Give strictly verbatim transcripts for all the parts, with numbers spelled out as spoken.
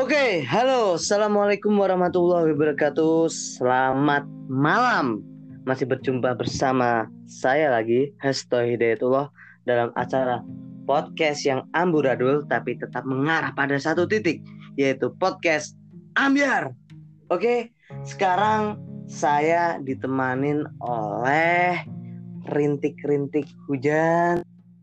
Oke, halo, assalamualaikum warahmatullahi wabarakatuh. Selamat malam. Masih berjumpa bersama saya lagi, Hasto Hidayatullah, dalam acara podcast yang amburadul tapi tetap mengarah pada satu titik, yaitu podcast Ambyar. Oke, sekarang saya ditemanin oleh rintik-rintik hujan,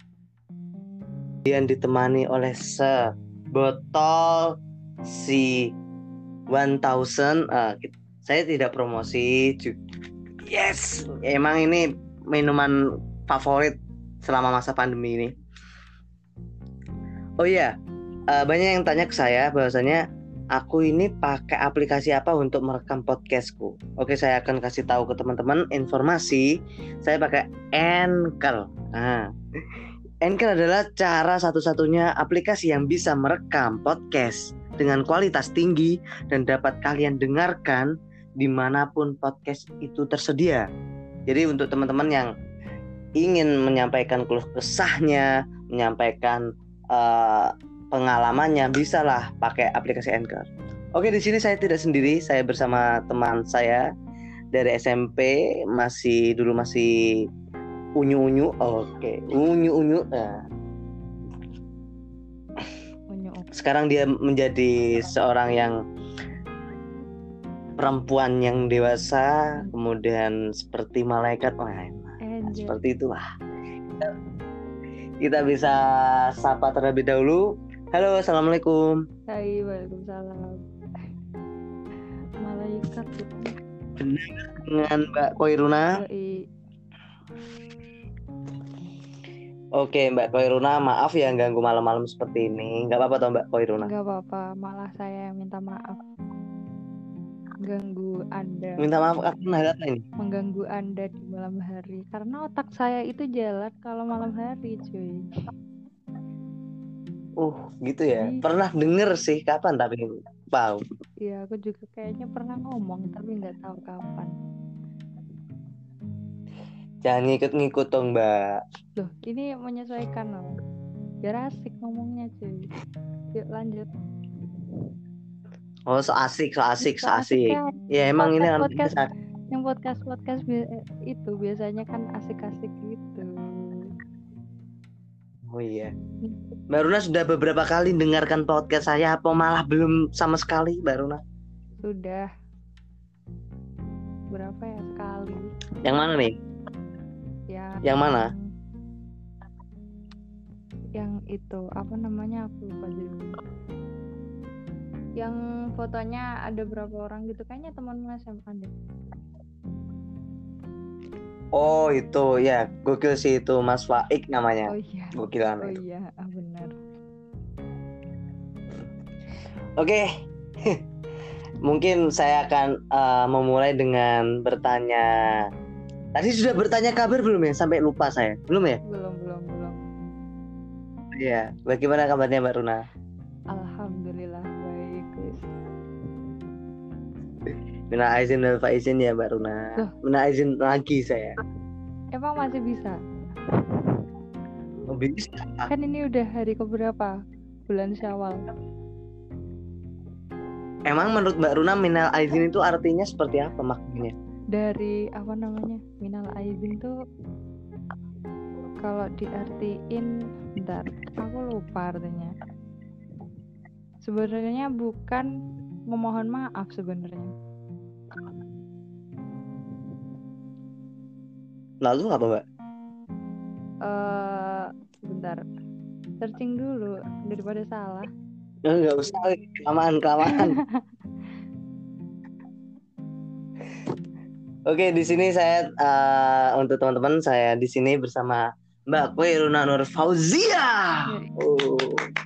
dan ditemani oleh sebotol si one thousand. uh, saya tidak promosi juga. Yes, emang ini minuman favorit selama masa pandemi ini. Oh iya, uh, banyak yang tanya ke saya bahwasanya aku ini pakai aplikasi apa untuk merekam podcastku. Oke, saya akan kasih tahu ke teman-teman informasi. Saya pakai Anchor. Nah, Anchor adalah cara satu-satunya aplikasi yang bisa merekam podcast dengan kualitas tinggi dan dapat kalian dengarkan dimanapun podcast itu tersedia. Jadi untuk teman-teman yang ingin menyampaikan keluh kesahnya, menyampaikan uh, pengalamannya, bisalah pakai aplikasi Anchor. Oke, di sini saya tidak sendiri, saya bersama teman saya dari S M P, masih dulu masih unyu-unyu. Oke, unyu-unyu. Nah, sekarang dia menjadi seorang yang perempuan yang dewasa, kemudian seperti malaikat. Wah, nah, seperti itulah. Kita, kita bisa sapa terlebih dahulu. Halo, assalamualaikum. Hai, waalaikumsalam. Malaikat itu. Benar dengan Mbak Koiruna. Yoi. Oke, Mbak Koiruna, maaf ya ganggu malam-malam seperti ini. Nggak apa-apa toh Mbak Koiruna? Nggak apa-apa, malah saya yang minta maaf. Ganggu Anda. Minta maaf karena apa ini? Mengganggu Anda di malam hari. Karena otak saya itu jalan kalau malam hari, cuy. Uh, gitu ya. Pernah denger sih, kapan tapi wow. Iya, aku juga kayaknya pernah ngomong tapi nggak tahu kapan. Jangan ngikut-ngikut dong, Mbak. Loh, ini menyesuaikan loh. Biar asik ngomongnya, cuy. Yuk lanjut. Oh, so asik, so asik, so, so asik. asik. Ya emang podcast, ini podcast, yang podcast podcast itu biasanya kan asik-asik gitu. Oh iya. Mbak Runa sudah beberapa kali dengarkan podcast saya, apa malah belum sama sekali, Mbak Runa? Sudah. Berapa ya sekali? Yang mana nih? Ya. Yang mana? Yang itu apa namanya, aku lupa judulnya. Yang fotonya ada berapa orang gitu, kayaknya teman S M A deh. Oh itu ya, gokil sih itu, Mas Faik namanya. Oh iya. Gokilan. Oh itu. Iya, ah, benar. Oke. Mungkin saya akan uh, memulai dengan bertanya. Tadi sudah bertanya kabar belum ya? Sampai lupa saya. Belum ya? Belum, belum, belum. Iya, bagaimana kabarnya Mbak Runa? Alhamdulillah baik. Minal aizin wal faizin ya Mbak Runa. Minal aizin lagi saya. Emang masih bisa? Oh, bisa. Kan ini udah hari keberapa? Bulan Syawal. Emang menurut Mbak Runa minal aizin itu artinya seperti apa maknanya? Dari apa namanya? Minal aizin tuh kalau diartiin, bentar, aku lupa artinya. Sebenarnya bukan memohon maaf sebenarnya. Lalu apa Mbak? Uh, sebentar, searching dulu daripada salah. Enggak usah, kelamaan kelamaan. Oke, di sini saya uh, untuk teman-teman saya di sini bersama Mbak Koiruna Nur Fauzia. Oh.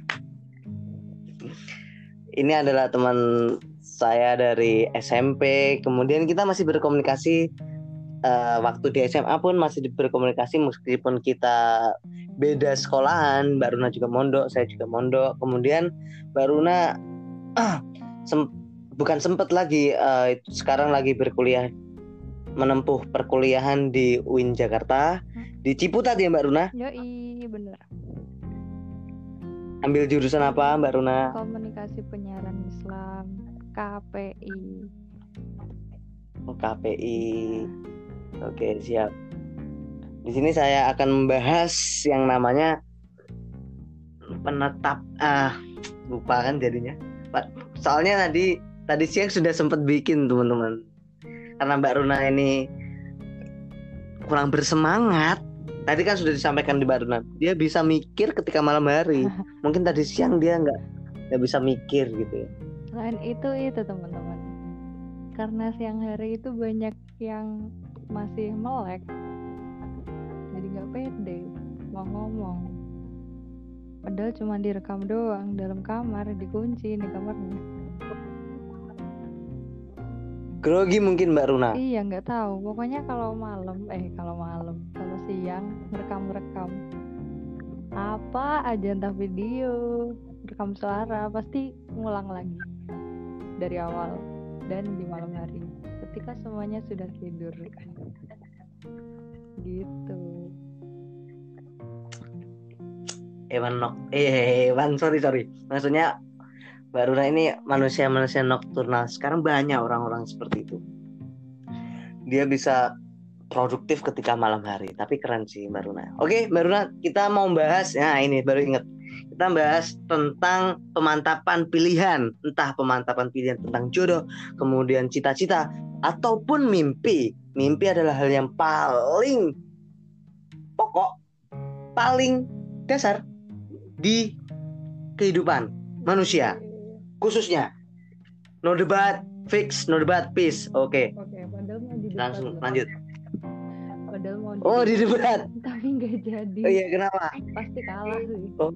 Ini adalah teman saya dari S M P. Kemudian kita masih berkomunikasi uh, waktu di S M A pun masih berkomunikasi meskipun kita beda sekolahan. Mbak Runa juga mondok, saya juga mondok. Kemudian Mbak Runa uh, sem- bukan sempat lagi uh, sekarang lagi berkuliah, menempuh perkuliahan di U I N Jakarta, hmm. di Ciputat ya Mbak Runa? Yoi, bener. Ambil jurusan apa Mbak Runa? Komunikasi Penyiaran Islam, K P I. K P I. Oke, siap. Di sini saya akan membahas yang namanya penetap ah lupa kan jadinya. Soalnya tadi tadi siang sudah sempat bikin teman-teman. Karena Mbak Runa ini kurang bersemangat. Tadi kan sudah disampaikan di Mbak Runa. Dia bisa mikir ketika malam hari. Mungkin tadi siang dia nggak nggak bisa mikir gitu ya. Selain itu itu teman-teman. Karena siang hari itu banyak yang masih melek. Jadi nggak pede mau ngomong. Padahal cuma direkam doang dalam kamar, dikunci di kamarnya. Grogi mungkin Mbak Runa. Iya nggak tahu. Pokoknya kalau malam, eh kalau malam, kalau siang merekam-rekam apa aja, entah video, rekam suara, pasti ngulang lagi dari awal dan di malam hari. Ketika semuanya sudah tidur, gitu. Ewan nok, eh Ewan sorry sorry. Maksudnya Mbak Runa ini manusia-manusia nokturnal. Sekarang banyak orang-orang seperti itu. Dia bisa produktif ketika malam hari. Tapi keren sih Mbak Runa. Oke Mbak Runa, kita mau bahas. Nah ini baru ingat. Kita bahas tentang pemantapan pilihan. Entah pemantapan pilihan tentang jodoh, kemudian cita-cita, ataupun mimpi. Mimpi adalah hal yang paling pokok, paling dasar di kehidupan manusia. Khususnya no debat, fix, no debat, peace. Oke. Oke, padahal mau di debat. Langsung loh. lanjut. Padahal mau di Oh, di debat. Tapi nggak jadi. Oh iya, kenapa? Pasti kalah sih. Oh.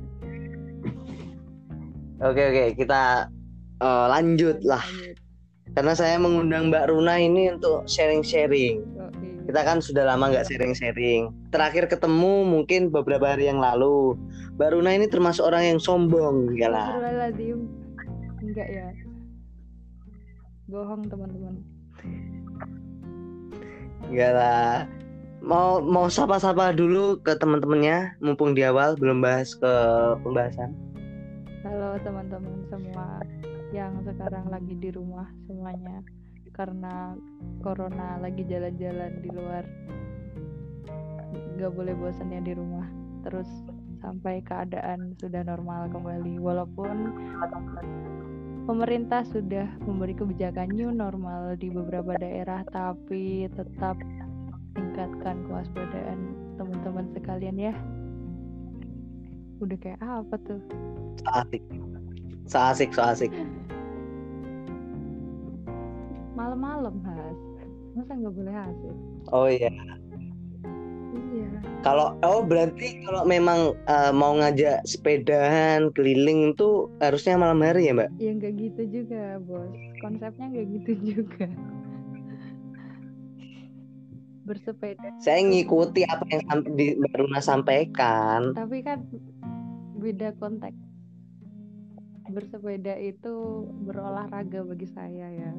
Oke, oke, kita uh, lanjut lah. Karena saya mengundang Mbak Runa ini untuk sharing-sharing. Oke. Kita kan sudah lama nggak sharing-sharing. Terakhir ketemu mungkin beberapa hari yang lalu. Mbak Runa ini termasuk orang yang sombong, enggak lah. Astagfirullahaladzim. Enggak ya. Bohong teman-teman. Enggak lah. Mau mau sapa-sapa dulu ke teman-temannya mumpung di awal belum bahas ke pembahasan. Halo teman-teman semua yang sekarang lagi di rumah semuanya karena corona lagi jalan-jalan di luar. Gak boleh bosan ya di rumah. Terus sampai keadaan sudah normal kembali, walaupun pemerintah sudah memberi kebijakan new normal di beberapa daerah, tapi tetap tingkatkan kewaspadaan teman-teman sekalian ya. Udah kayak apa tuh? So asik, so asik, so asik. Malam-malam Has, masa nggak boleh asik? Oh iya. Iya. Kalau oh berarti kalau memang uh, mau ngajak sepedahan keliling itu harusnya malam hari ya Mbak? Ya nggak gitu juga bos, konsepnya nggak gitu juga. Bersepeda. Saya ngikuti apa yang di Mbak Runa sampaikan. Tapi kan beda konteks. Bersepeda itu berolahraga bagi saya ya.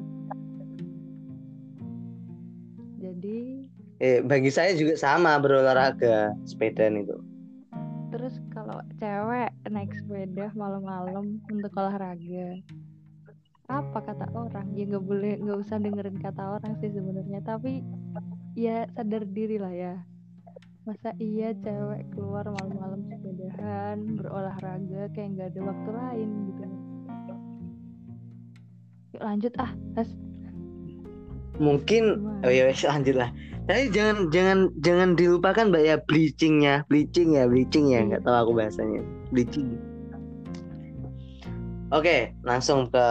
Jadi Eh bagi saya juga sama berolahraga sepedaan itu. terus kalau cewek naik sepeda malam-malam untuk olahraga, apa kata orang? Ya nggak boleh, nggak usah dengerin kata orang sih sebenarnya, tapi ya sadar diri lah ya. Masa iya cewek keluar malam-malam sepedahan berolahraga kayak nggak ada waktu lain gitu. Yuk lanjut ah Has. Mungkin Gimana? oh ya lanjut lah. Tapi jangan jangan jangan dilupakan Mbak ya bleachingnya, bleaching ya, bleaching ya, nggak tahu aku bahasanya, bleaching. Oke, langsung ke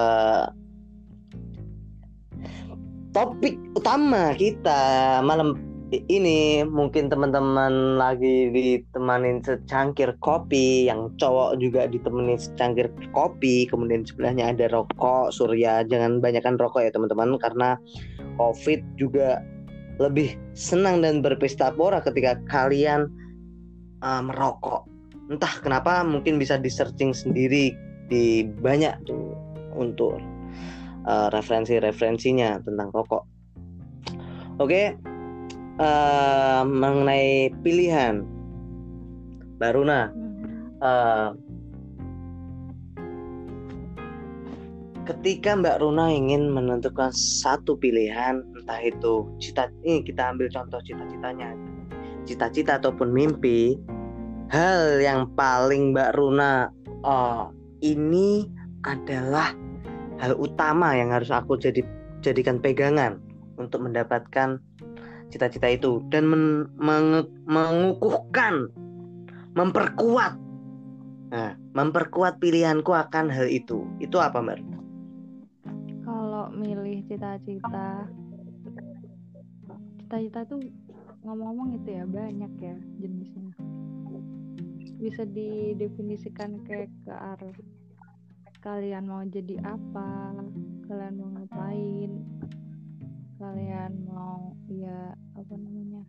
topik utama kita malam ini. Mungkin teman-teman lagi ditemanin secangkir kopi, yang cowok juga ditemenin secangkir kopi, kemudian sebelahnya ada rokok Surya. Jangan banyakkan rokok ya teman-teman, karena COVID juga lebih senang dan berpesta pora ketika kalian uh, merokok. Entah kenapa, mungkin bisa di searching sendiri di banyak tuh untuk uh, referensi-referensinya tentang rokok. Oke, uh, mengenai pilihan Mbak Runa, uh, ketika Mbak Runa ingin menentukan satu pilihan, entah itu cita, ini kita ambil contoh cita-citanya, cita-cita ataupun mimpi, hal yang paling Mbak Runa, oh ini adalah hal utama yang harus aku jadi jadikan pegangan untuk mendapatkan cita-cita itu dan men, menge, mengukuhkan, memperkuat, nah, memperkuat pilihanku akan hal itu. Itu apa Mbak? Kalau milih cita-cita, cita-cita tuh ngomong-ngomong itu ya banyak ya jenisnya. Bisa didefinisikan kayak ke arah kalian mau jadi apa, kalian mau ngapain, kalian mau ya apa namanya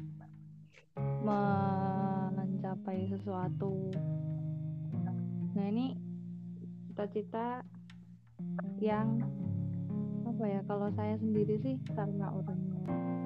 mencapai sesuatu. Nah ini cita-cita yang apa ya, kalau saya sendiri sih karena orangnya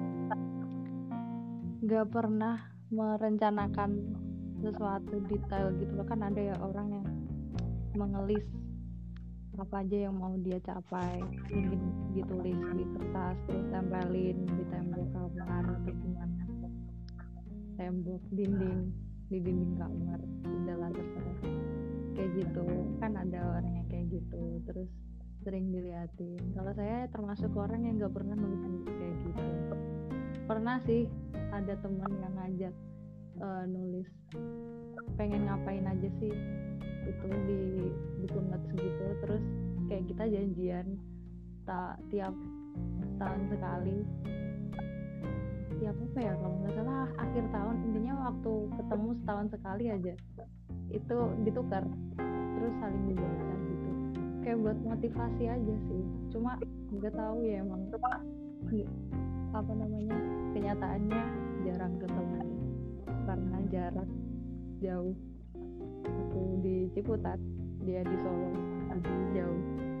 nggak pernah merencanakan sesuatu detail gitu loh. Kan ada ya orang yang mengelis apa aja yang mau dia capai, mungkin ditulis di kertas terus tempelin di tembok kamar atau gimana, tembok dinding, di dinding kamar, jendela terserah kayak gitu. Kan ada orang yang kayak gitu terus sering diliatin. Kalau saya termasuk orang yang nggak pernah nulis kayak gitu. Pernah sih ada teman yang ngajak uh, nulis pengen ngapain aja sih itu di buku notes gitu, terus kayak kita janjian tak tiap tahun sekali, tiap apa ya kalau nggak salah akhir tahun, intinya waktu ketemu setahun sekali aja itu ditukar terus saling dibaca gitu, kayak buat motivasi aja sih. Cuma nggak tahu ya emang apa namanya kenyataannya jarang ketemu karena jarak jauh. Aku di Ciputat, dia di Solo, jadi jauh.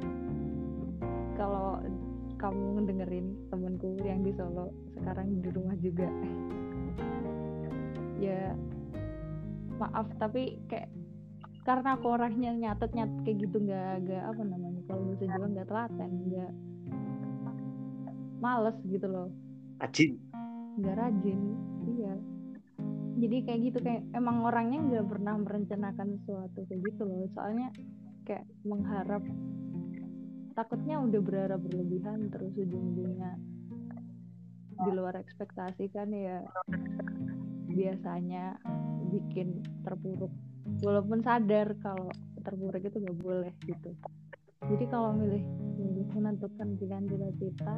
Kalau kamu ngedengerin temenku yang di Solo sekarang di rumah juga, ya maaf tapi kayak karena aku orangnya nyatet nyatet kayak gitu, nggak nggak apa namanya kalau bisa juga nggak telaten, nggak males gitu loh, Rajin, nggak rajin, iya. Jadi kayak gitu, kayak emang orangnya nggak pernah merencanakan sesuatu kayak gitu loh. Soalnya kayak mengharap, takutnya udah berharap berlebihan terus ujung-ujungnya di luar ekspektasi kan ya, biasanya bikin terpuruk walaupun sadar kalau terpuruk itu nggak boleh gitu. Jadi kalau milih milih menentukan pilihan cita-cita,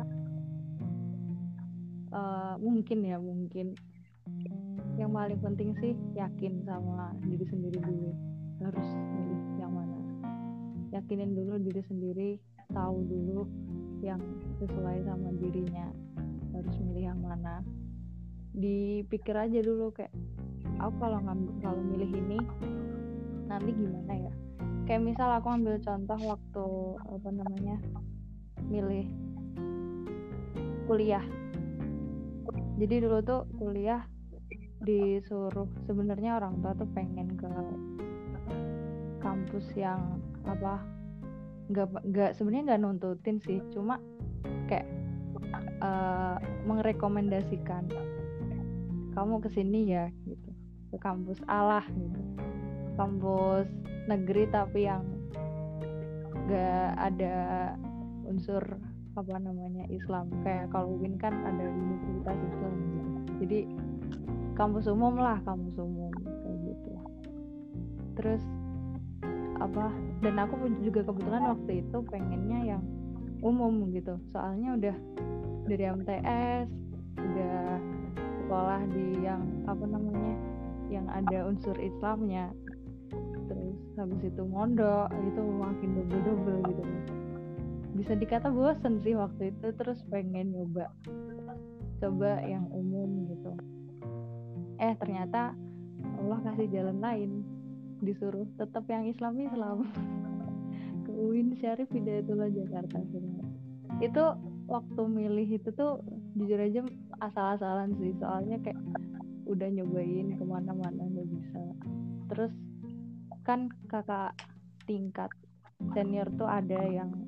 uh, mungkin ya mungkin yang paling penting sih yakin sama diri sendiri dulu. Harus milih yang mana, yakinin dulu diri sendiri, tahu dulu yang sesuai sama dirinya, harus milih yang mana. Dipikir aja dulu kayak aku kalau ngambil kalau milih ini nanti gimana ya. Kayak misal aku ambil contoh waktu apa namanya milih kuliah. Jadi dulu tuh kuliah disuruh, sebenarnya orang tua tuh pengen ke kampus yang apa, nggak nggak sebenarnya nggak nuntutin sih, cuma kayak uh, merekomendasikan kamu kesini ya gitu, ke kampus A lah gitu, kampus negeri tapi yang nggak ada unsur apa namanya Islam, kayak kalau U I N kan ada universitas Islam gitu. Jadi kampus umum lah, kampus umum kayak gitu. Terus apa, dan aku juga kebetulan waktu itu pengennya yang umum gitu, soalnya udah dari M T S, udah sekolah di yang apa namanya yang ada unsur Islamnya, terus habis itu mondok itu makin double-double gitu. Bisa dikata bosen sih waktu itu, terus pengen nyoba coba yang umum gitu. Eh ternyata Allah kasih jalan lain, disuruh tetap yang Islam Islam ke U I N Syarif Hidayatullah Jakarta. Itu waktu milih itu tuh jujur aja asal-asalan sih, soalnya kayak udah nyobain kemana-mana nggak bisa. Terus kan kakak tingkat senior tuh ada yang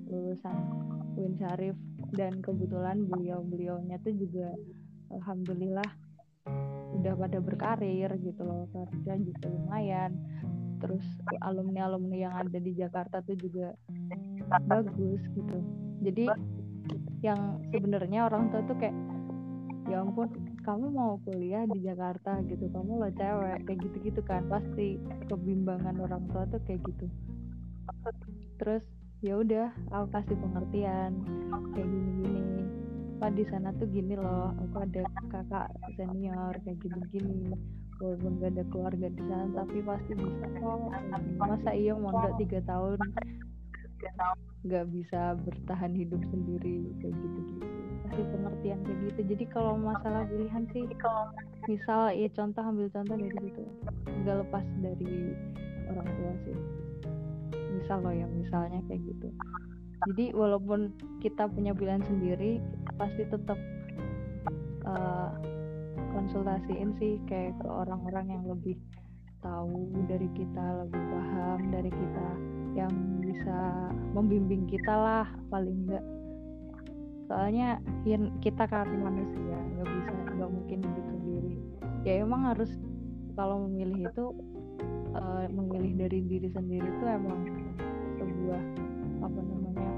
lulusan U I N Syarif, dan kebetulan beliau-beliaunya tuh juga alhamdulillah udah pada berkarir gitu loh, kerja juga lumayan. Terus alumni-alumni yang ada di Jakarta tuh juga bagus gitu. Jadi yang sebenarnya orang tua tuh kayak, ya ampun kamu mau kuliah di Jakarta gitu, kamu lo cewek, kayak gitu-gitu kan, pasti kebimbangan orang tua tuh kayak gitu. Terus ya udah aku kasih pengertian kayak gini-gini, Pak di sana tuh gini loh, aku ada kakak senior kayak gini-gini, walaupun gak ada keluarga di sana tapi pasti bisa kok. Masa iya mondok tiga tahun gak bisa bertahan hidup sendiri kayak gitu-gitu, kasih pengertian kayak gitu. Jadi kalau masalah pilihan sih, misal ya contoh, ambil contoh dari situ, gak lepas dari orang tua sih. Misal loh yang misalnya kayak gitu. Jadi walaupun kita punya pilihan sendiri, pasti tetap uh, konsultasiin sih kayak ke orang-orang yang lebih tahu dari kita, lebih paham dari kita, yang bisa membimbing kita lah paling enggak. Soalnya kita kan manusia, nggak bisa, nggak mungkin hidup sendiri. Ya emang harus, kalau memilih itu uh, memilih dari diri sendiri itu emang sebuah apa namanya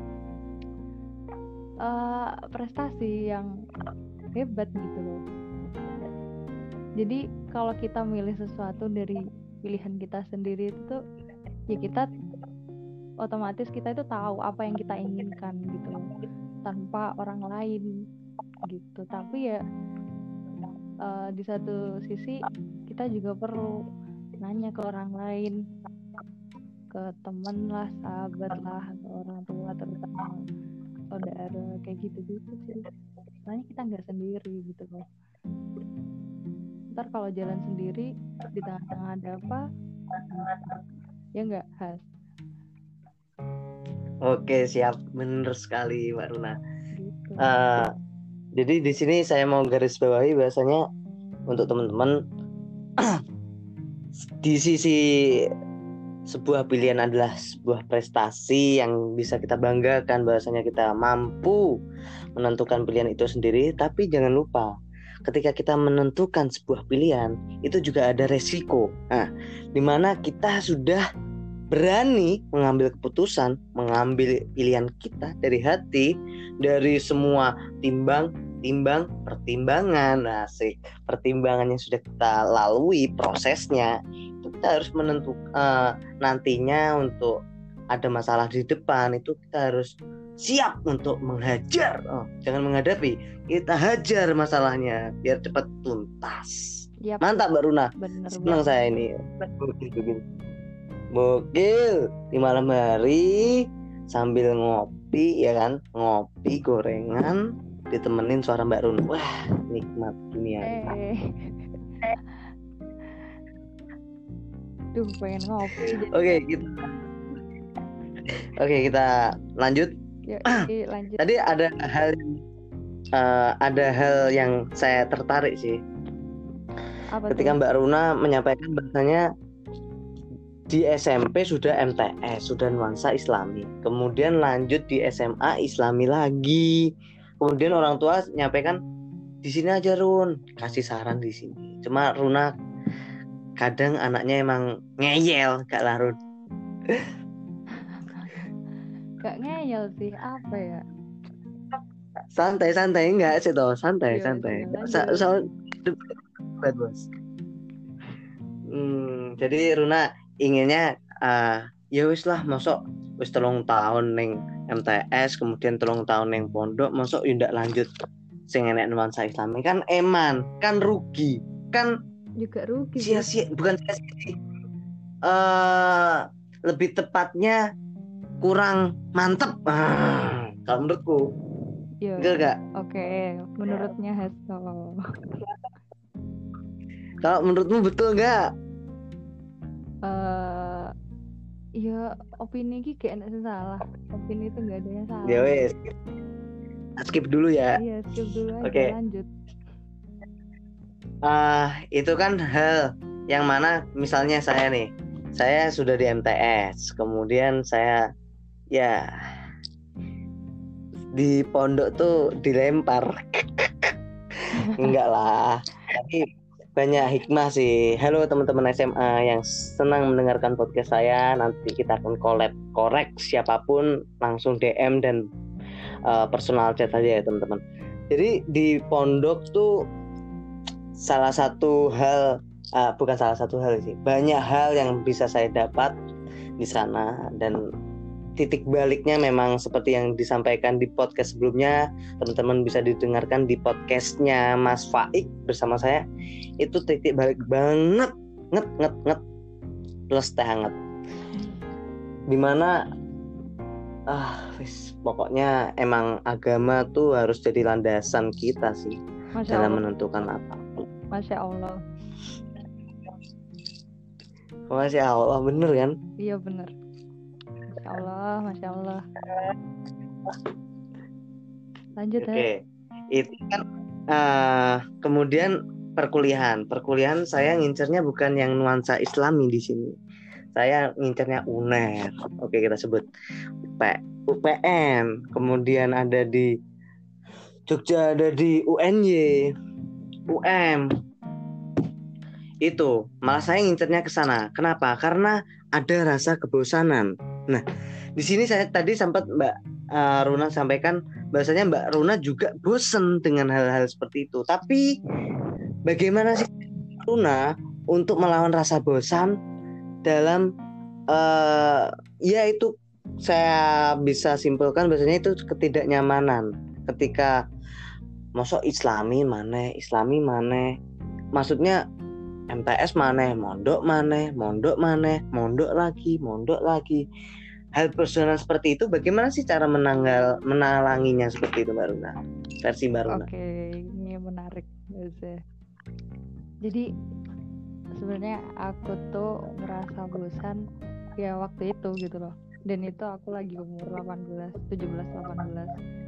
uh, prestasi yang hebat gitu loh. Jadi kalau kita milih sesuatu dari pilihan kita sendiri itu tuh, ya kita otomatis kita itu tahu apa yang kita inginkan gitu loh, tanpa orang lain gitu. Tapi ya uh, di satu sisi kita juga perlu nanya ke orang lain, ke teman lah, sahabat lah, ke orang tua terutama, saudara, kayak gitu-gitu sih. Soalnya kita nggak sendiri gitu loh. Ntar kalau jalan sendiri di tengah-tengah ada apa, ya nggak, Has? Oke, siap, bener sekali Mbak Runa. Gitu. Uh, jadi di sini saya mau garis bawahi bahasanya untuk teman-teman di sisi sebuah pilihan adalah sebuah prestasi yang bisa kita banggakan, bahwasanya kita mampu menentukan pilihan itu sendiri. Tapi jangan lupa, ketika kita menentukan sebuah pilihan itu juga ada resiko. Nah, dimana kita sudah berani mengambil keputusan, mengambil pilihan kita dari hati, dari semua timbang, timbang, pertimbangan, asik, pertimbangan yang sudah kita lalui prosesnya. Itu kita harus menentukan uh, nantinya untuk ada masalah di depan, itu kita harus siap untuk menghajar. Oh, jangan menghadapi, kita hajar masalahnya biar cepat tuntas. Yep. Mantap Mbak Runa. Senang saya ini. Begitu. Bokil di malam hari sambil ngopi, ya kan, ngopi gorengan ditemenin suara Mbak Runa. Wah, nikmat dunia. Hey. Duh, pengen ngopi. Oke, kita Oke, kita lanjut. Ya, lanjut. Tadi ada hal uh, ada hal yang saya tertarik sih. Apa ketika tuh? Mbak Runa menyampaikan bahasanya di S M P sudah M T S, sudah nuansa Islami. Kemudian lanjut di S M A Islami lagi. Kemudian orang tua nyampaikan di sini aja Run, kasih saran di sini. Cuma Runa kadang anaknya emang ngeyel, gak lah Run. Gak ngeyel sih, apa ya? Santai-santai enggak sih toh, santai-santai. Soal bad bos. Hmm, jadi Runa inginnya uh, ya wis lah, mosok wis telung tahun ning M T S, kemudian telung tahun ning pondok, mosok yo ndak lanjut sing enek nuansa Islami, kan eman, kan rugi, kan juga rugi. Sia-sia, bukan sia-sia. Uh, lebih tepatnya kurang mantep. Ah, kalau menurutku. Yo. Enggak enggak? Oke, menurutnya Hasto. Kalau menurutmu betul enggak? Uh, ya opini ki kayak enak salah, opini itu nggak ada yang salah. Ya wes, skip dulu ya. Iya, skip dulu aja. Okay. Lanjut. Ah, uh, itu kan hal yang mana misalnya saya nih, saya sudah di M T S, kemudian saya ya di pondok tuh dilempar. Enggak lah, tapi banyak hikmah sih. Halo teman-teman S M A yang senang mendengarkan podcast saya, nanti kita akan collab, korek siapapun langsung D M dan uh, personal chat aja ya teman-teman. Jadi di pondok tuh salah satu hal, uh, bukan salah satu hal sih, banyak hal yang bisa saya dapat di sana, dan titik baliknya memang seperti yang disampaikan di podcast sebelumnya, teman-teman bisa didengarkan di podcastnya Mas Faik bersama saya. Itu titik balik banget, nget nget nget plus teh hangat. Dimana ah wis, pokoknya emang agama tuh harus jadi landasan kita sih Masya dalam Allah. Menentukan apa. Masya Allah. Masya Allah, bener kan? Iya bener. Masya Allah, Masya Allah. Lanjut. Oke, okay. Itu kan uh, kemudian perkuliahan. Perkuliahan saya ngincernya bukan yang nuansa Islami di sini. Saya ngincernya U N E R. Oke, kita sebut U P N. Kemudian ada di Jogja, ada di U N Y, U M. Itu malah saya ngincernya ke sana. Kenapa? Karena ada rasa kebosanan. Nah, di sini saya tadi sempat Mbak uh, Runa sampaikan bahasanya Mbak Runa juga bosen dengan hal-hal seperti itu. Tapi bagaimana sih Runa untuk melawan rasa bosan dalam uh, ya itu saya bisa simpulkan bahasanya itu ketidaknyamanan ketika mosok Islami maneh, Islami maneh. Maksudnya M T S maneh, mondok maneh, mondok maneh, mondok lagi, mondok lagi. Hal personal seperti itu bagaimana sih cara menanggal menalanginya seperti itu Mbak Runa? Versi Mbak Runa. Oke, ini menarik Mbak. Jadi sebenarnya aku tuh merasa bosan ya waktu itu gitu loh. Dan itu aku lagi umur delapan belas, tujuh belas, delapan belas.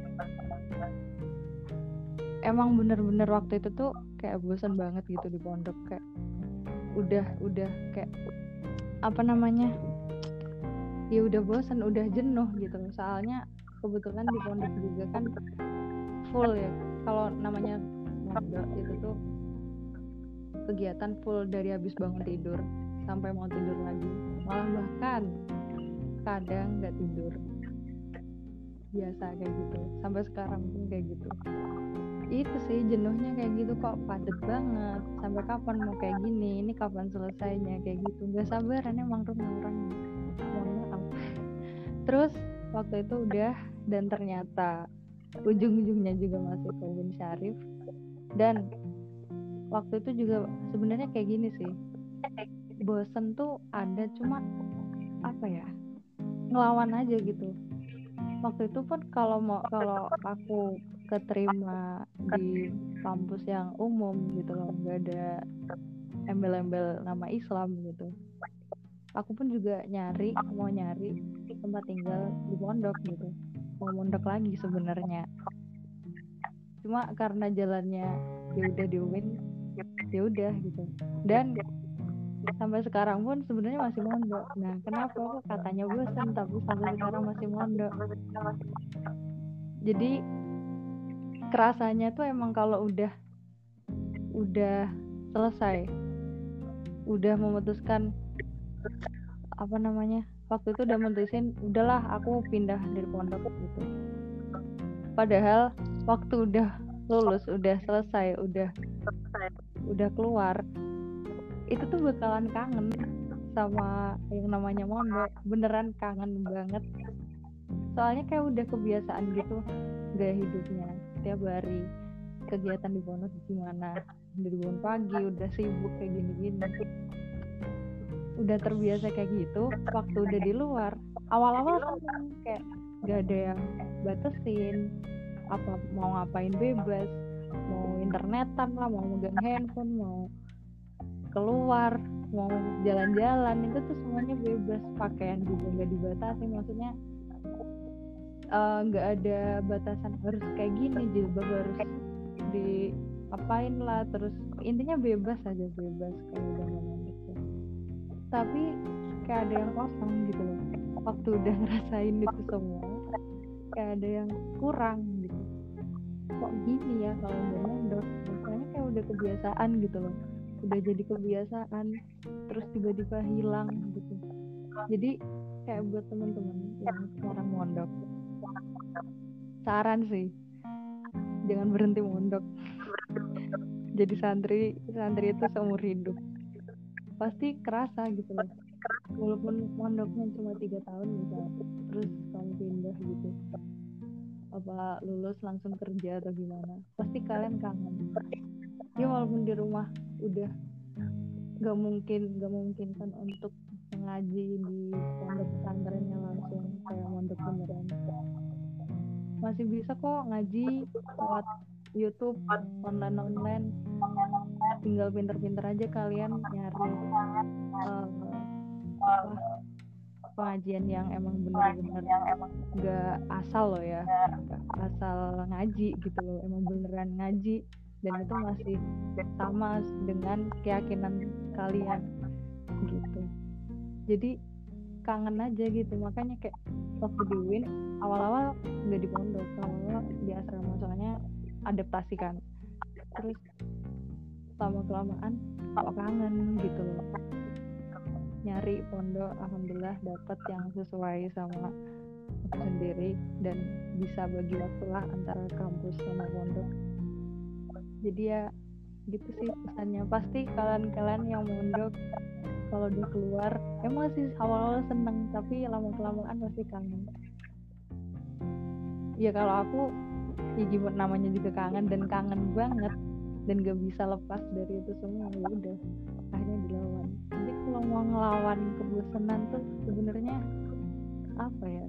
Emang bener-bener waktu itu tuh kayak bosan banget gitu di pondok, kayak udah udah kayak apa namanya ya udah bosan, udah jenuh gitu. Soalnya kebetulan di pondok juga kan full ya, kalau namanya pondok itu tuh kegiatan full dari habis bangun tidur sampai mau tidur lagi, malah bahkan kadang nggak tidur, biasa kayak gitu sampai sekarang pun kayak gitu. Itu sih jenuhnya kayak gitu, kok padat banget, sampai kapan mau kayak gini, ini kapan selesainya kayak gitu, nggak sabaran emang orang-orang. Mohon maaf. Terus waktu itu udah, dan ternyata ujung-ujungnya juga masuk ke Uin Syarif. Dan waktu itu juga sebenarnya kayak gini sih, bosen tuh ada, cuma apa ya, ngelawan aja gitu. Waktu itu pun kalau mau kalau aku keterima di kampus yang umum gitu loh, nggak ada embel-embel nama Islam gitu, aku pun juga nyari mau nyari tempat tinggal di pondok gitu, mau mondok lagi sebenarnya, cuma karena jalannya ya udah di U I N, ya udah gitu. Dan sampai sekarang pun sebenarnya masih mondok. Nah, kenapa kok katanya bosan tapi sampai sekarang masih mondok? Jadi kerasanya tuh emang kalau udah udah selesai, udah memutuskan apa namanya, waktu itu udah memutusin udahlah aku pindah dari pondok gitu. Padahal waktu udah lulus, udah selesai, udah udah keluar, itu tuh bakalan kangen sama yang namanya mondok, beneran kangen banget. Soalnya kayak udah kebiasaan gitu gaya hidupnya, setiap hari kegiatan di pondok gimana, dari bangun pagi udah sibuk kayak gini-gini, udah terbiasa kayak gitu. Waktu udah di luar, awal-awal seneng, kayak gak ada yang batasin, apa mau ngapain bebas, mau internetan lah, mau megang handphone, mau keluar, mau jalan-jalan, itu tuh semuanya bebas. Pakaian juga nggak dibatasi, maksudnya nggak uh, ada batasan harus kayak gini, jilbab harus diapain lah, terus intinya bebas aja, bebas kalau udah ngomong gitu. Tapi kayak ada yang kosong gitu loh waktu udah ngerasain itu semua. kayak ada yang kurang gitu. Kok gini ya kalau udah mondok, rasanya kayak udah kebiasaan gitu loh, udah jadi kebiasaan terus tiba-tiba hilang gitu. Jadi kayak buat teman-teman yang sekarang mondok, saran sih jangan berhenti mondok. Jadi santri santri itu seumur hidup, pasti kerasa gitu loh. Walaupun mondoknya cuma tiga tahun misal, terus kamu pindah gitu, apa lulus langsung kerja atau gimana, pasti kalian kangen. Ya walaupun di rumah udah gak mungkin gak mungkin kan untuk ngaji di pondok pesantrennya langsung kayak mondok beneran, masih bisa kok ngaji lewat YouTube online online. Tinggal pinter-pinter aja kalian nyari uh, apa pengajian yang emang bener-bener gak asal loh ya, gak asal ngaji gitu loh, emang beneran ngaji dan itu masih sama dengan keyakinan kalian gitu. Jadi kangen aja gitu, makanya kayak waktu di U I N awal-awal nggak di pondok, awal-awal di asrama soalnya adaptasi kan, terus lama-kelamaan kok kangen gitu loh. Nyari pondok, alhamdulillah dapet yang sesuai sama aku sendiri dan bisa bagi waktu lah antara kampus sama pondok. Jadi ya gitu sih pesannya. Pasti kalian-kalian yang mondok kalau udah keluar emang sih awal-awal seneng, tapi lama-kelamaan pasti kangen. Ya kalau aku ya gimana, namanya juga kangen dan kangen banget dan gak bisa lepas dari itu semua, ya udah akhirnya dilawan. Jadi kalau mau ngelawan kebosanan tuh sebenarnya apa ya,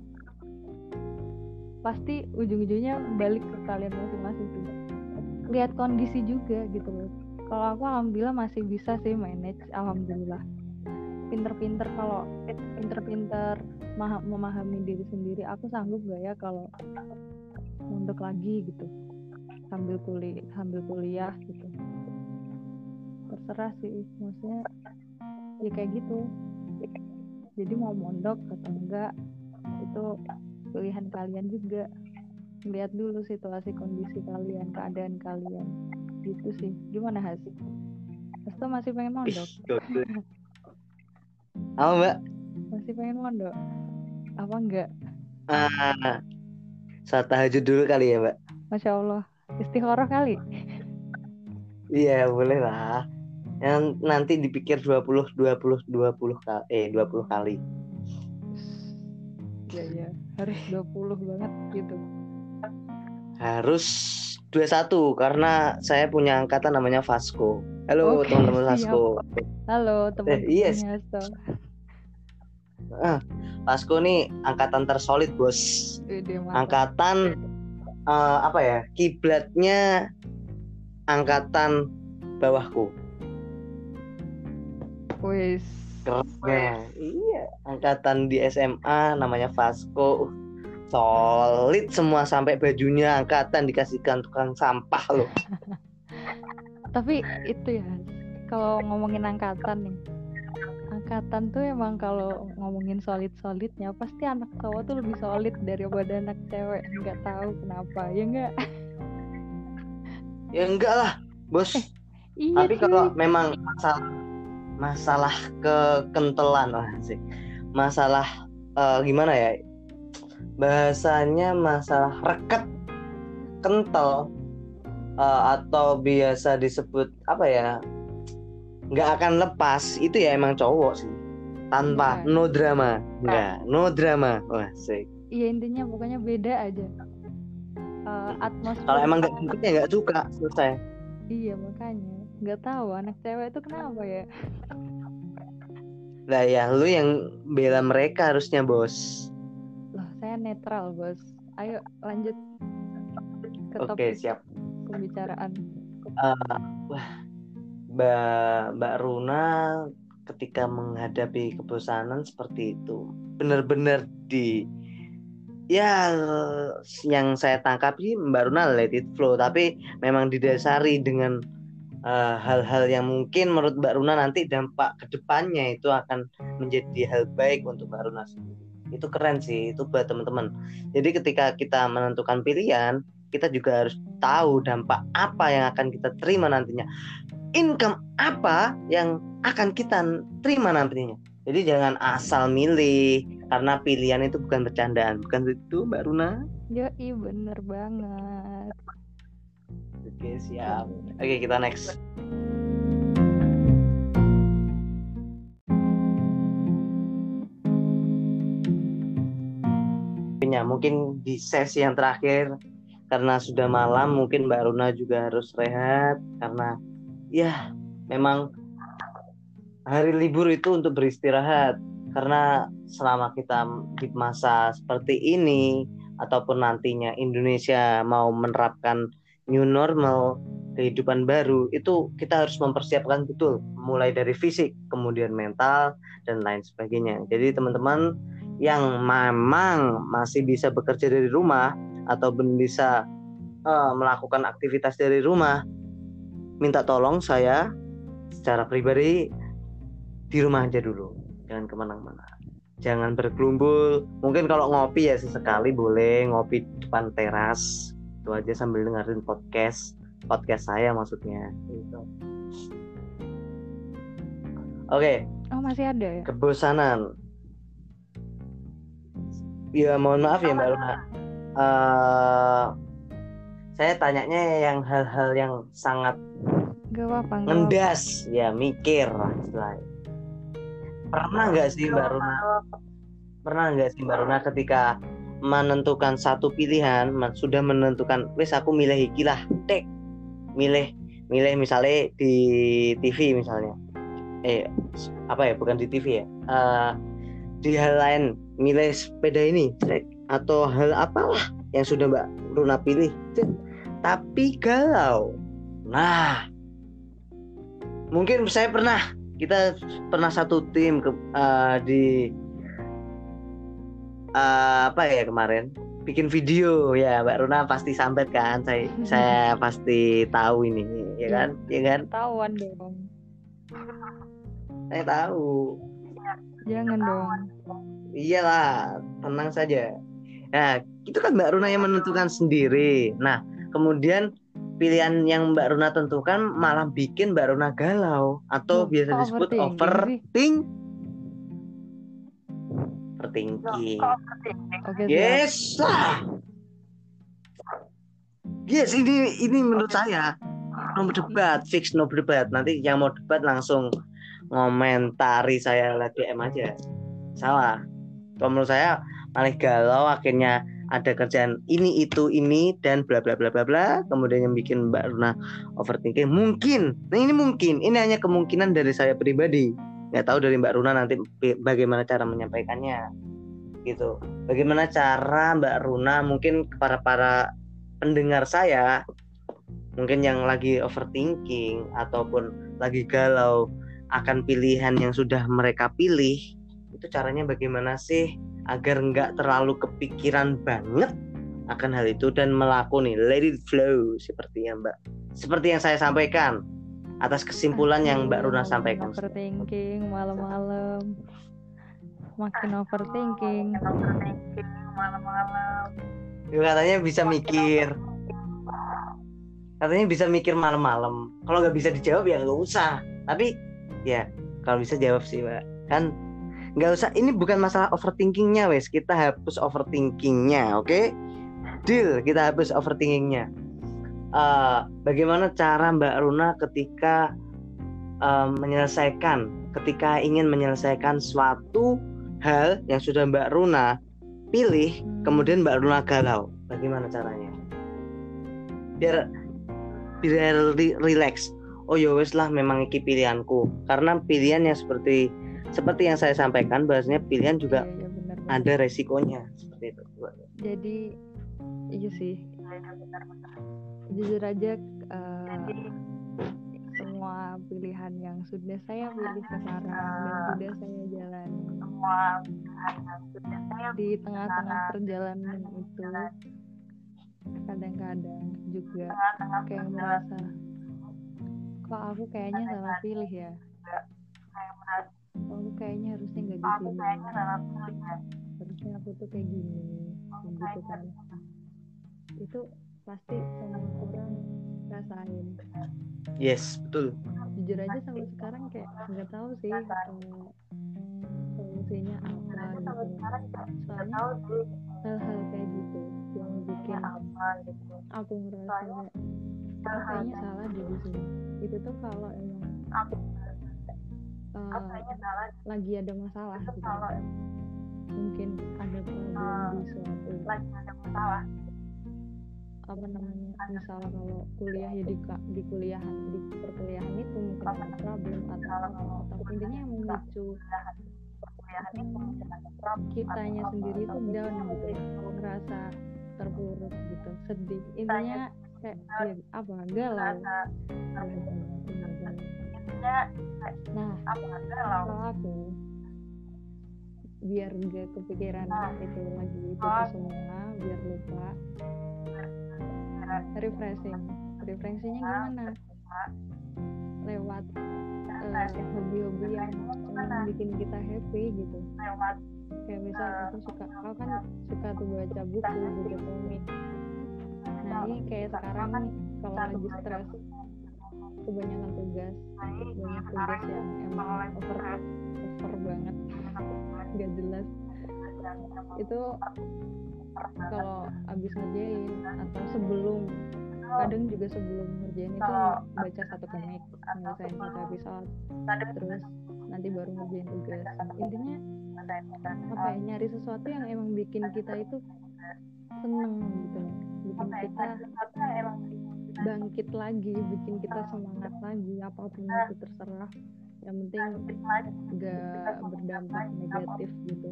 pasti ujung-ujungnya balik ke kalian masing-masing tuh. Lihat kondisi juga gitu loh. Kalau aku alhamdulillah masih bisa sih manage, alhamdulillah. Pinter-pinter, kalau pinter-pinter ma- memahami diri sendiri, aku sanggup gak ya kalau mondok lagi gitu sambil kuliah sambil kuliah gitu. Terserah sih, maksudnya ya kayak gitu. Jadi mau mondok atau enggak itu pilihan kalian juga. Lihat dulu situasi kondisi kalian, keadaan kalian gitu sih. Gimana Has? Has tuh masih pengen mondok? Apa Mbak? Masih pengen mondok? Apa enggak? Uh, saat tahajud dulu kali ya Mbak. Masya Allah, istikharah kali. Iya boleh lah. Yang nanti dipikir dua puluh dua puluh dua puluh kali eh dua puluh kali. Ya ya, harus dua puluh banget gitu. Harus dua puluh satu karena saya punya angkatan namanya Vasco. Halo Oke, teman-teman siap. Vasco. Halo teman-teman Eh, yes. Hasto. Ah, Vasco nih angkatan tersolid bos. Ide, angkatan uh, apa ya, kiblatnya angkatan bawahku. Wis. Keren. Iya, angkatan di S M A namanya Vasco. Solid semua sampai bajunya angkatan dikasihkan tukang sampah loh. Tapi itu ya, kalau ngomongin angkatan nih, angkatan tuh emang kalau ngomongin solid-solidnya pasti anak cowok tuh lebih solid daripada anak cewek. Nggak tahu kenapa, ya nggak? Ya enggak lah bos. Eh, iya tapi kalau memang masalah masalah kekentelan lah sih, masalah uh, gimana ya bahasanya, masalah rekat kental uh, atau biasa disebut apa ya, nggak akan lepas, itu ya emang cowok sih, tanpa ya. No drama, nggak no drama. Wah sih. Iya intinya pokoknya beda aja uh, atmosfer. Kalau emang nggak suka ya nggak suka, selesai. Iya makanya nggak tahu anak cewek itu kenapa ya. Lah ya lu yang bela mereka harusnya bos. Loh saya netral bos. Ayo lanjut ke Oke, topik siap. pembicaraan. Uh, wah, Mbak Mbak Runa ketika menghadapi kebosanan seperti itu benar-benar di ya yang saya tangkap sih Mbak Runa let it flow, tapi memang didasari dengan uh, hal-hal yang mungkin menurut Mbak Runa nanti dampak kedepannya itu akan menjadi hal baik untuk Mbak Runa sendiri. Itu keren sih, itu buat teman-teman. Jadi ketika kita menentukan pilihan, kita juga harus tahu dampak apa yang akan kita terima nantinya. Income apa yang akan kita terima nantinya. Jadi jangan asal milih, karena pilihan itu bukan bercandaan. Bukan itu Mbak Runa? Yoi, bener banget. Oke, siap. Oke, kita next. Mungkin di sesi yang terakhir, karena sudah malam, mungkin Mbak Runa juga harus rehat, karena ya memang hari libur itu untuk beristirahat. Karena selama kita di masa seperti ini, ataupun nantinya Indonesia mau menerapkan new normal, kehidupan baru, itu kita harus mempersiapkan betul, mulai dari fisik, kemudian mental, dan lain sebagainya. Jadi teman-teman yang memang masih bisa bekerja dari rumah ataupun bisa uh, melakukan aktivitas dari rumah, minta tolong saya secara pribadi di rumah aja dulu, jangan kemana-mana, jangan bergelumbul. Mungkin kalau ngopi ya sesekali boleh, ngopi depan teras itu aja sambil dengerin podcast podcast saya maksudnya gitu. Oke. Oh, masih ada ya? Kebosanan. Ya mohon maaf ya Mbak Luna. Uh, saya tanyanya yang hal-hal yang sangat gak apa-apa, ngendas apa. Ya mikir lah istilahnya. Pernah nggak sih Mbak Runa? Pernah nggak sih Mbak Runa ketika menentukan satu pilihan, sudah menentukan, wes aku milih iki lah, dek, milih, milih misalnya di T V misalnya, eh apa ya, bukan di T V ya, uh, di hal lain, milih sepeda ini, dek, atau hal apalah yang sudah Mbak Runa pilih, dek, tapi galau. Nah, mungkin saya pernah, kita pernah satu tim ke, uh, di uh, apa ya kemarin bikin video ya Mbak Runa pasti sambat kan, saya saya pasti tahu ini ya kan, ya kan? Tahuan dong. Saya tahu. Jangan dong. Iyalah, tenang saja. Nah, itu kan Mbak Runa yang menentukan sendiri. Nah, kemudian pilihan yang Mbak Runa tentukan malah bikin Mbak Runa galau atau Loh, biasa disebut overthink. Overthinking. Oke, yes lah. Yes, ini ini menurut saya no debat, fix no debat. Nanti yang mau debat langsung ngomentari saya lewat D M aja. Salah. Kalau menurut saya malah galau, akhirnya ada kerjaan ini itu ini dan bla bla bla bla bla, kemudian yang bikin Mbak Runa overthinking. Mungkin, nah ini mungkin, ini hanya kemungkinan dari saya pribadi. Nggak tahu dari Mbak Runa nanti bagaimana cara menyampaikannya, gitu. Bagaimana cara Mbak Runa mungkin kepada para pendengar saya, mungkin yang lagi overthinking ataupun lagi galau akan pilihan yang sudah mereka pilih, itu caranya bagaimana sih agar nggak terlalu kepikiran banget akan hal itu dan melakoni, let it flow, seperti yang Mbak, seperti yang saya sampaikan atas kesimpulan Aduh, yang Mbak Runa sampaikan. Overthinking malam-malam, makin overthinking, overthinking malam-malam. Katanya bisa mikir, katanya bisa mikir malam-malam. Kalau nggak bisa dijawab ya nggak usah. Tapi ya kalau bisa jawab sih Mbak, kan nggak usah. Ini bukan masalah overthinkingnya wes, kita hapus overthinkingnya, oke? Okay? Deal, kita hapus overthinkingnya. Uh, bagaimana cara Mbak Runa ketika uh, menyelesaikan, ketika ingin menyelesaikan suatu hal yang sudah Mbak Runa pilih, kemudian Mbak Runa galau, bagaimana caranya? Biar biar relax. Oh ya wes lah, memang iki pilihanku. Karena pilihan yang seperti seperti yang saya sampaikan, bahasanya pilihan juga iya, iya, benar, benar. Ada resikonya seperti itu. Jadi iya sih, jujur aja uh, semua pilihan yang sudah saya pilih sekarang dan sudah saya jalani, di tengah-tengah perjalanan itu kadang-kadang juga kayak merasa kok aku kayaknya salah pilih ya, kok aku kayaknya harusnya nggak di sini seperti harusnya aku tuh kayak gini gitu kan. Itu pasti semua orang rasain. Yes, betul. Jujur aja sampai sekarang kayak nggak tahu sih uh, solusinya apa gitu. Soalnya hal-hal kayak gitu yang bikin aku ngerasa kayak oh, kayaknya salah deh di sini. Itu tuh kalau emang uh, lagi ada masalah gitu. Mungkin ada problem di suatu apa namanya, misal kalau kuliah ya di, di kuliahan di perkuliahan itu mungkin ada problem atau apa, atau intinya yang memicu kitanya sendiri tuh down gitu, ngerasa terpuruk gitu, sedih, intinya kayak ya, apa galau. Nah kalau aku biar gak kepikiran itu lagi itu semua, biar lupa, refreshing refreshingnya gimana, lewat uh, hobi-hobi yang, yang bikin kita happy gitu. Kayak misal aku suka, aku kan suka tuh baca buku, baca komik. Nah ini kayak sekarang nih kalau lagi stres, kebanyakan tugas, banyak tugas yang emang over over banget, nggak jelas. Itu kalau abis ngerjain atau sebelum, kadang juga sebelum ngerjain itu baca satu komik, nyelesain satu episode, terus nanti baru ngerjain tugas. Intinya apa ya, nyari sesuatu yang emang bikin kita itu seneng gitu, bikin kita bangkit lagi, bikin kita semangat lagi, apapun itu terserah, yang penting gak berdampak negatif gitu,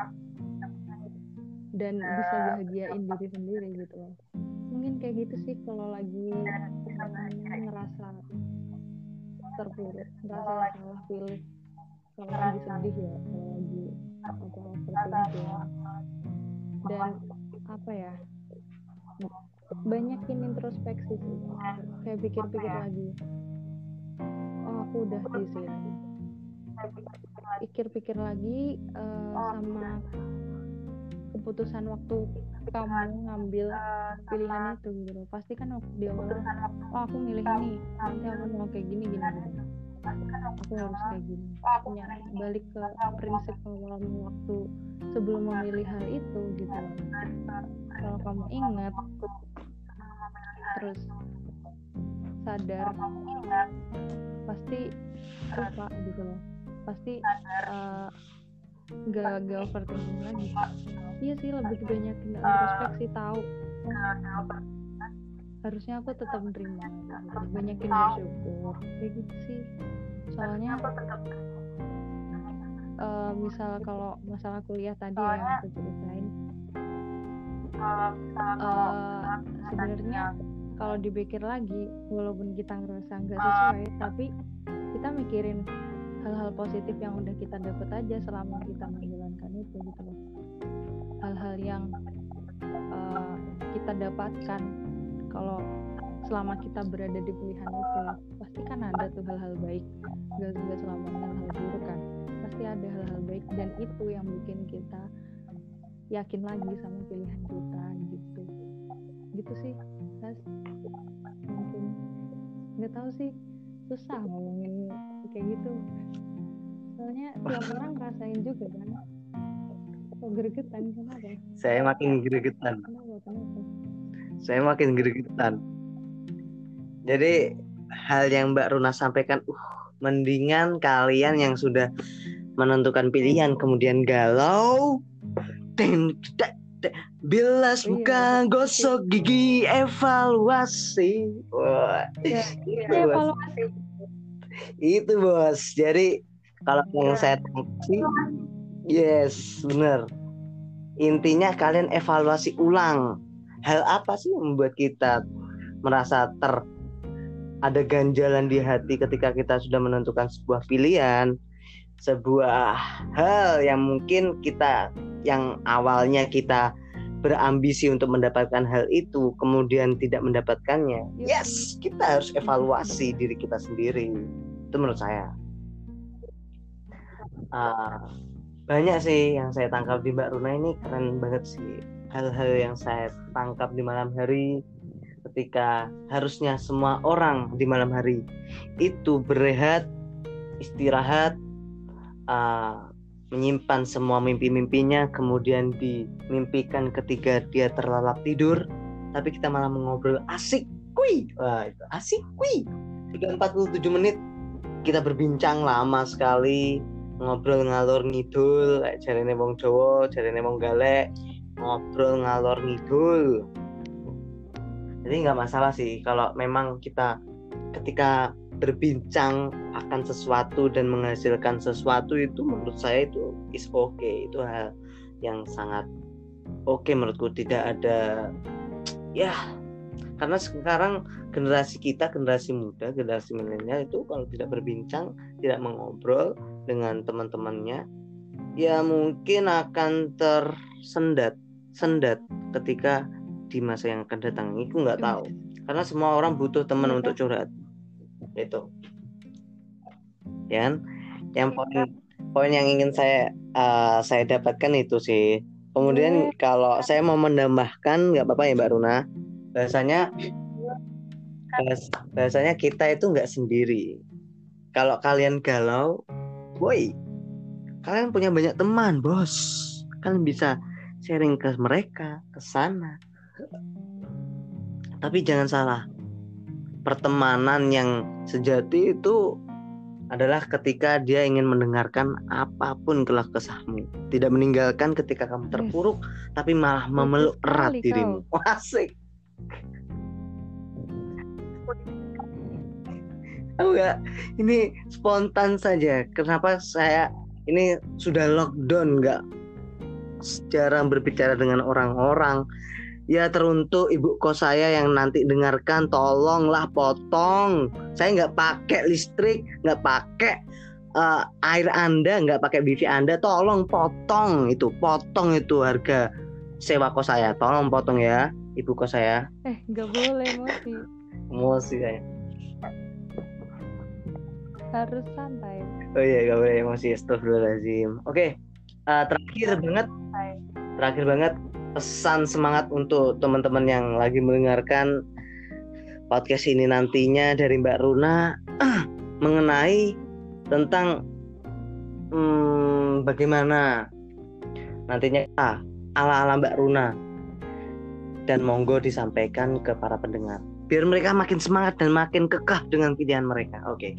dan bisa bahagiain diri sendiri gitu loh. Mungkin kayak gitu sih kalau lagi ngerasa terpuruk, ngerasa salah pilih, kalau lagi sedih ya, kalau lagi apa overthinking, dan apa ya, banyakin introspeksi sih, kayak pikir-pikir lagi, oh aku udah di sini, pikir-pikir lagi uh, sama keputusan waktu kamu ngambil pilihan itu gitu. Pasti kan waktu di awal, oh aku milih ini, nanti aku mau kayak gini gini gini, aku harus kayak gini. Ya, balik ke prinsip awal waktu sebelum memilih hal itu gitu. Kalau kamu ingat, terus sadar, pasti lupa gitu loh, pasti uh, gak gak overthinking lagi. Iya sih, lebih banyak introspeksi, tahu oh, harusnya aku tetap menerima gitu. Banyakin bersyukur kayak gitu sih. Soalnya uh, misal kalau masalah kuliah tadi ya yang aku ceritain, uh, sebenarnya kalau dipikir lagi, walaupun kita ngerasa nggak sesuai, tapi kita mikirin hal-hal positif yang udah kita dapat aja selama kita menjalankan itu gitu loh. Hal-hal yang uh, kita dapatkan kalau selama kita berada di pilihan itu, pasti kan ada tuh hal-hal baik, gak juga selamanya hal buruk kan, pasti ada hal-hal baik, dan itu yang bikin kita yakin lagi sama pilihan kita gitu. Gitu sih Mas. Mungkin nggak tahu sih, susah ngomongin kayak gitu, soalnya tiap orang rasain juga kan. Kok gregetan, kenapa? Saya makin gregetan. Kenapa, kenapa? Saya makin gregetan. Jadi hal yang Mbak Runa sampaikan, uh, mendingan kalian yang sudah menentukan pilihan kemudian galau, ten, ten, ten, bilas muka, iya, gosok gigi, evaluasi. Wah, ya, itu evaluasi. Itu bos. Jadi kalau yang saya tangkap, yes, benar. Intinya kalian evaluasi ulang. Hal apa sih yang membuat kita merasa ter ada ganjalan di hati ketika kita sudah menentukan sebuah pilihan, sebuah hal yang mungkin kita yang awalnya kita berambisi untuk mendapatkan hal itu kemudian tidak mendapatkannya. Yes, kita harus evaluasi diri kita sendiri. Itu menurut saya. Uh, banyak sih yang saya tangkap di Mbak Runa ini, keren banget sih hal-hal yang saya tangkap di malam hari, ketika harusnya semua orang di malam hari itu berehat, istirahat, uh, menyimpan semua mimpi-mimpinya, kemudian dimimpikan ketika dia terlelap tidur, tapi kita malah mengobrol asik kui, wah itu asik kui, sudah empat puluh tujuh menit kita berbincang lama sekali, ngobrol ngalor ngidul, kayak jarene wong Jawa, jarene wong Galek, ngobrol ngalor ngidul. Jadi nggak masalah sih kalau memang kita ketika berbincang akan sesuatu dan menghasilkan sesuatu, itu menurut saya itu is okay, itu hal yang sangat oke okay menurutku. Tidak ada ya, karena sekarang generasi kita, generasi muda, generasi milenial itu kalau tidak berbincang, tidak mengobrol dengan teman-temannya, ya mungkin akan tersendat sendat ketika di masa yang akan datang. Itu nggak tahu, karena semua orang butuh teman untuk curhat. Itu ya kan? Yang poin poin yang ingin saya uh, saya dapatkan itu sih. Kemudian kalau saya mau menambahkan, nggak apa-apa ya Mbak Runa, bahasanya bahas, bahasanya kita itu nggak sendiri. Kalau kalian galau, boy, kalian punya banyak teman, bos. Kalian bisa sharing ke mereka, ke sana. Tapi jangan salah, pertemanan yang sejati itu adalah ketika dia ingin mendengarkan apapun keluh kesahmu, tidak meninggalkan ketika kamu terpuruk, yes, tapi malah memeluk erat dirimu. Asik. Tahu nggak? Ini spontan saja. Kenapa saya ini sudah lockdown, nggak jarang berbicara dengan orang-orang. Ya teruntuk ibu kos saya yang nanti dengarkan, tolonglah potong. Saya nggak pakai listrik, nggak pakai uh, air Anda, nggak pakai wifi Anda. Tolong potong itu, potong itu harga sewa kos saya. Tolong potong ya, ibu kos saya. Eh, nggak boleh emosi. Emosi saya. Harus santai. Oh iya, nggak boleh emosi. Astagfirullahaladzim. Oke, okay. uh, terakhir banget, terakhir banget. Pesan semangat untuk teman-teman yang lagi mendengarkan podcast ini nantinya dari Mbak Runa ah, mengenai tentang hmm, bagaimana nantinya ah, ala-ala Mbak Runa, dan monggo disampaikan ke para pendengar biar mereka makin semangat dan makin kekeh dengan pilihan mereka. Oke. Okay.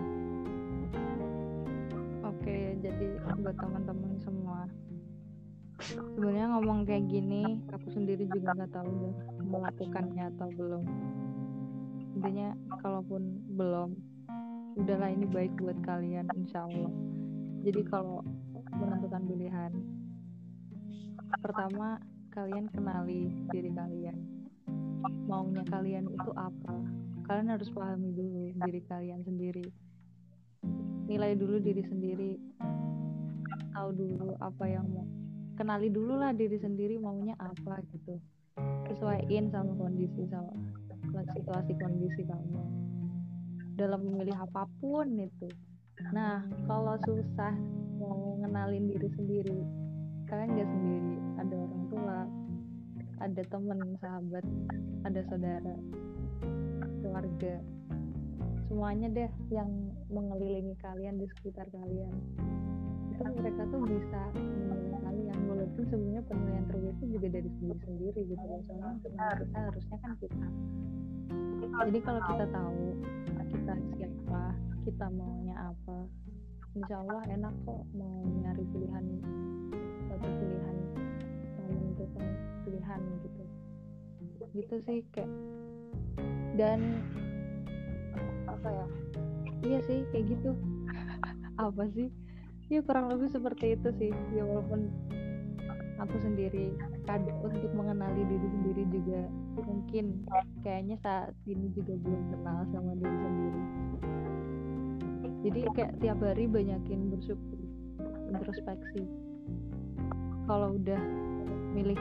Oke, jadi buat teman-teman semua, sebenarnya ngomong kayak gini aku sendiri juga nggak tahu udah melakukannya atau belum. Intinya kalaupun belum, udahlah, ini baik buat kalian insya Allah. Jadi kalau menentukan pilihan, pertama kalian kenali diri kalian, maunya kalian itu apa. Kalian harus pahami dulu diri kalian sendiri, nilai dulu diri sendiri, tahu dulu apa yang mau, kenali dulu lah diri sendiri maunya apa gitu, sesuaiin sama kondisi, sama situasi kondisi kamu dalam memilih apapun itu. Nah, kalau susah mau ngenalin diri sendiri, kalian gak sendiri, ada orang tua, ada teman, sahabat, ada saudara, keluarga, semuanya deh yang mengelilingi kalian di sekitar kalian. Itu mereka tuh bisa menilai kalian, walaupun sebenarnya penilaian terbaik itu juga dari sendiri sendiri gitu. Soalnya kita harusnya kan kita. Jadi kalau kita tahu kita siapa, kita maunya apa, insya Allah enak kok mau nyari pilihan, satu pilihan, mau menentukan pilihan gitu. Gitu sih kayak, dan apa ya? Iya sih kayak gitu. Apa sih? Ya kurang lebih seperti itu sih. Ya walaupun aku sendiri kadang untuk mengenali diri sendiri juga mungkin kayaknya saat ini juga belum kenal sama diri sendiri. Jadi kayak tiap hari banyakin bersyukur, introspeksi. Kalau udah milih,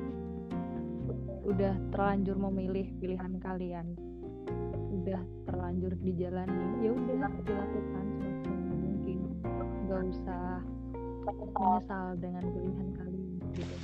udah terlanjur memilih pilihan kalian, udah terlanjur dijalani, ya udah dilakukan semaksimal mungkin. Gak usah menyesal dengan pilihan kali ini gitu.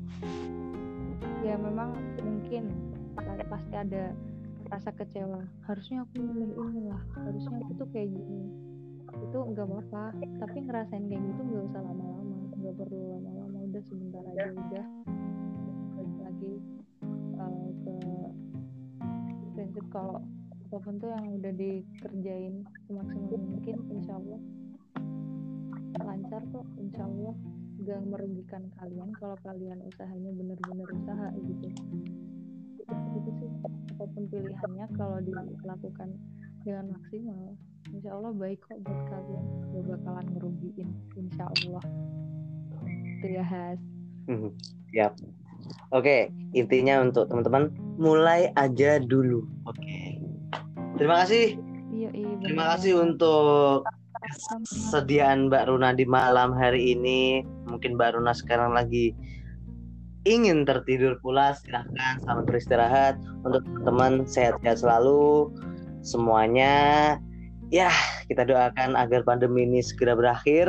Ya memang mungkin pasti ada rasa kecewa, harusnya aku milih inilah, harusnya aku tuh kayak gini. Itu nggak apa-apa, tapi ngerasain kayak gitu nggak usah lama-lama, nggak perlu lama-lama, udah sebentar aja, udah balik lagi uh, ke prinsip kalau apapun tuh yang udah dikerjain semaksimal mungkin, insya Allah lancar kok, insya Allah gak merugikan kalian kalau kalian usahanya benar-benar usaha gitu. Itu sih, apapun pilihannya kalau dilakukan dengan maksimal, insya Allah baik kok buat kalian, gak bakalan ngerugiin, insya Allah. Itu ya Has. Hmm, siap. Oke, intinya untuk teman-teman mulai aja dulu. Oke. Terima kasih. Iya, iya, Terima kasih banget untuk kesediaan Mbak Runa di malam hari ini. Mungkin Mbak Runa sekarang lagi ingin tertidur pula, silahkan selamat beristirahat. Untuk teman-teman sehat-sehat selalu semuanya. Ya, kita doakan agar pandemi ini segera berakhir.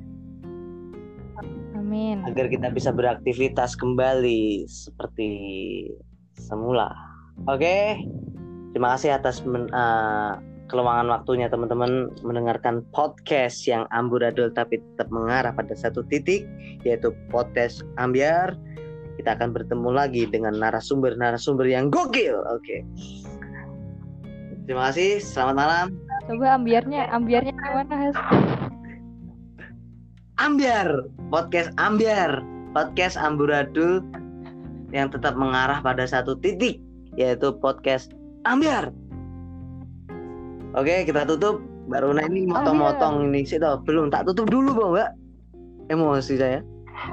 Amin. Agar kita bisa beraktivitas kembali seperti semula. Oke, terima kasih atas men, uh, keluangan waktunya teman-teman mendengarkan podcast yang amburadul tapi tetap mengarah pada satu titik, yaitu podcast Ambiar. Kita akan bertemu lagi dengan narasumber-narasumber yang gokil. Oke. Terima kasih, selamat malam. Coba ambiarnya, ambiarnya gimana Has? Ambiar, podcast Ambiar, podcast amburadul yang tetap mengarah pada satu titik, yaitu podcast Ambiar. Oke, kita tutup. Mbak Runa ini motong-motong ini sih toh. Belum tak tutup dulu, Bang, Mbak. Emosi saya.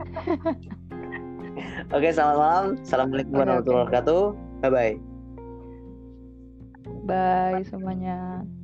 Oke, selamat malam. Assalamualaikum warahmatullahi wabarakatuh. Bye bye. Bye semuanya.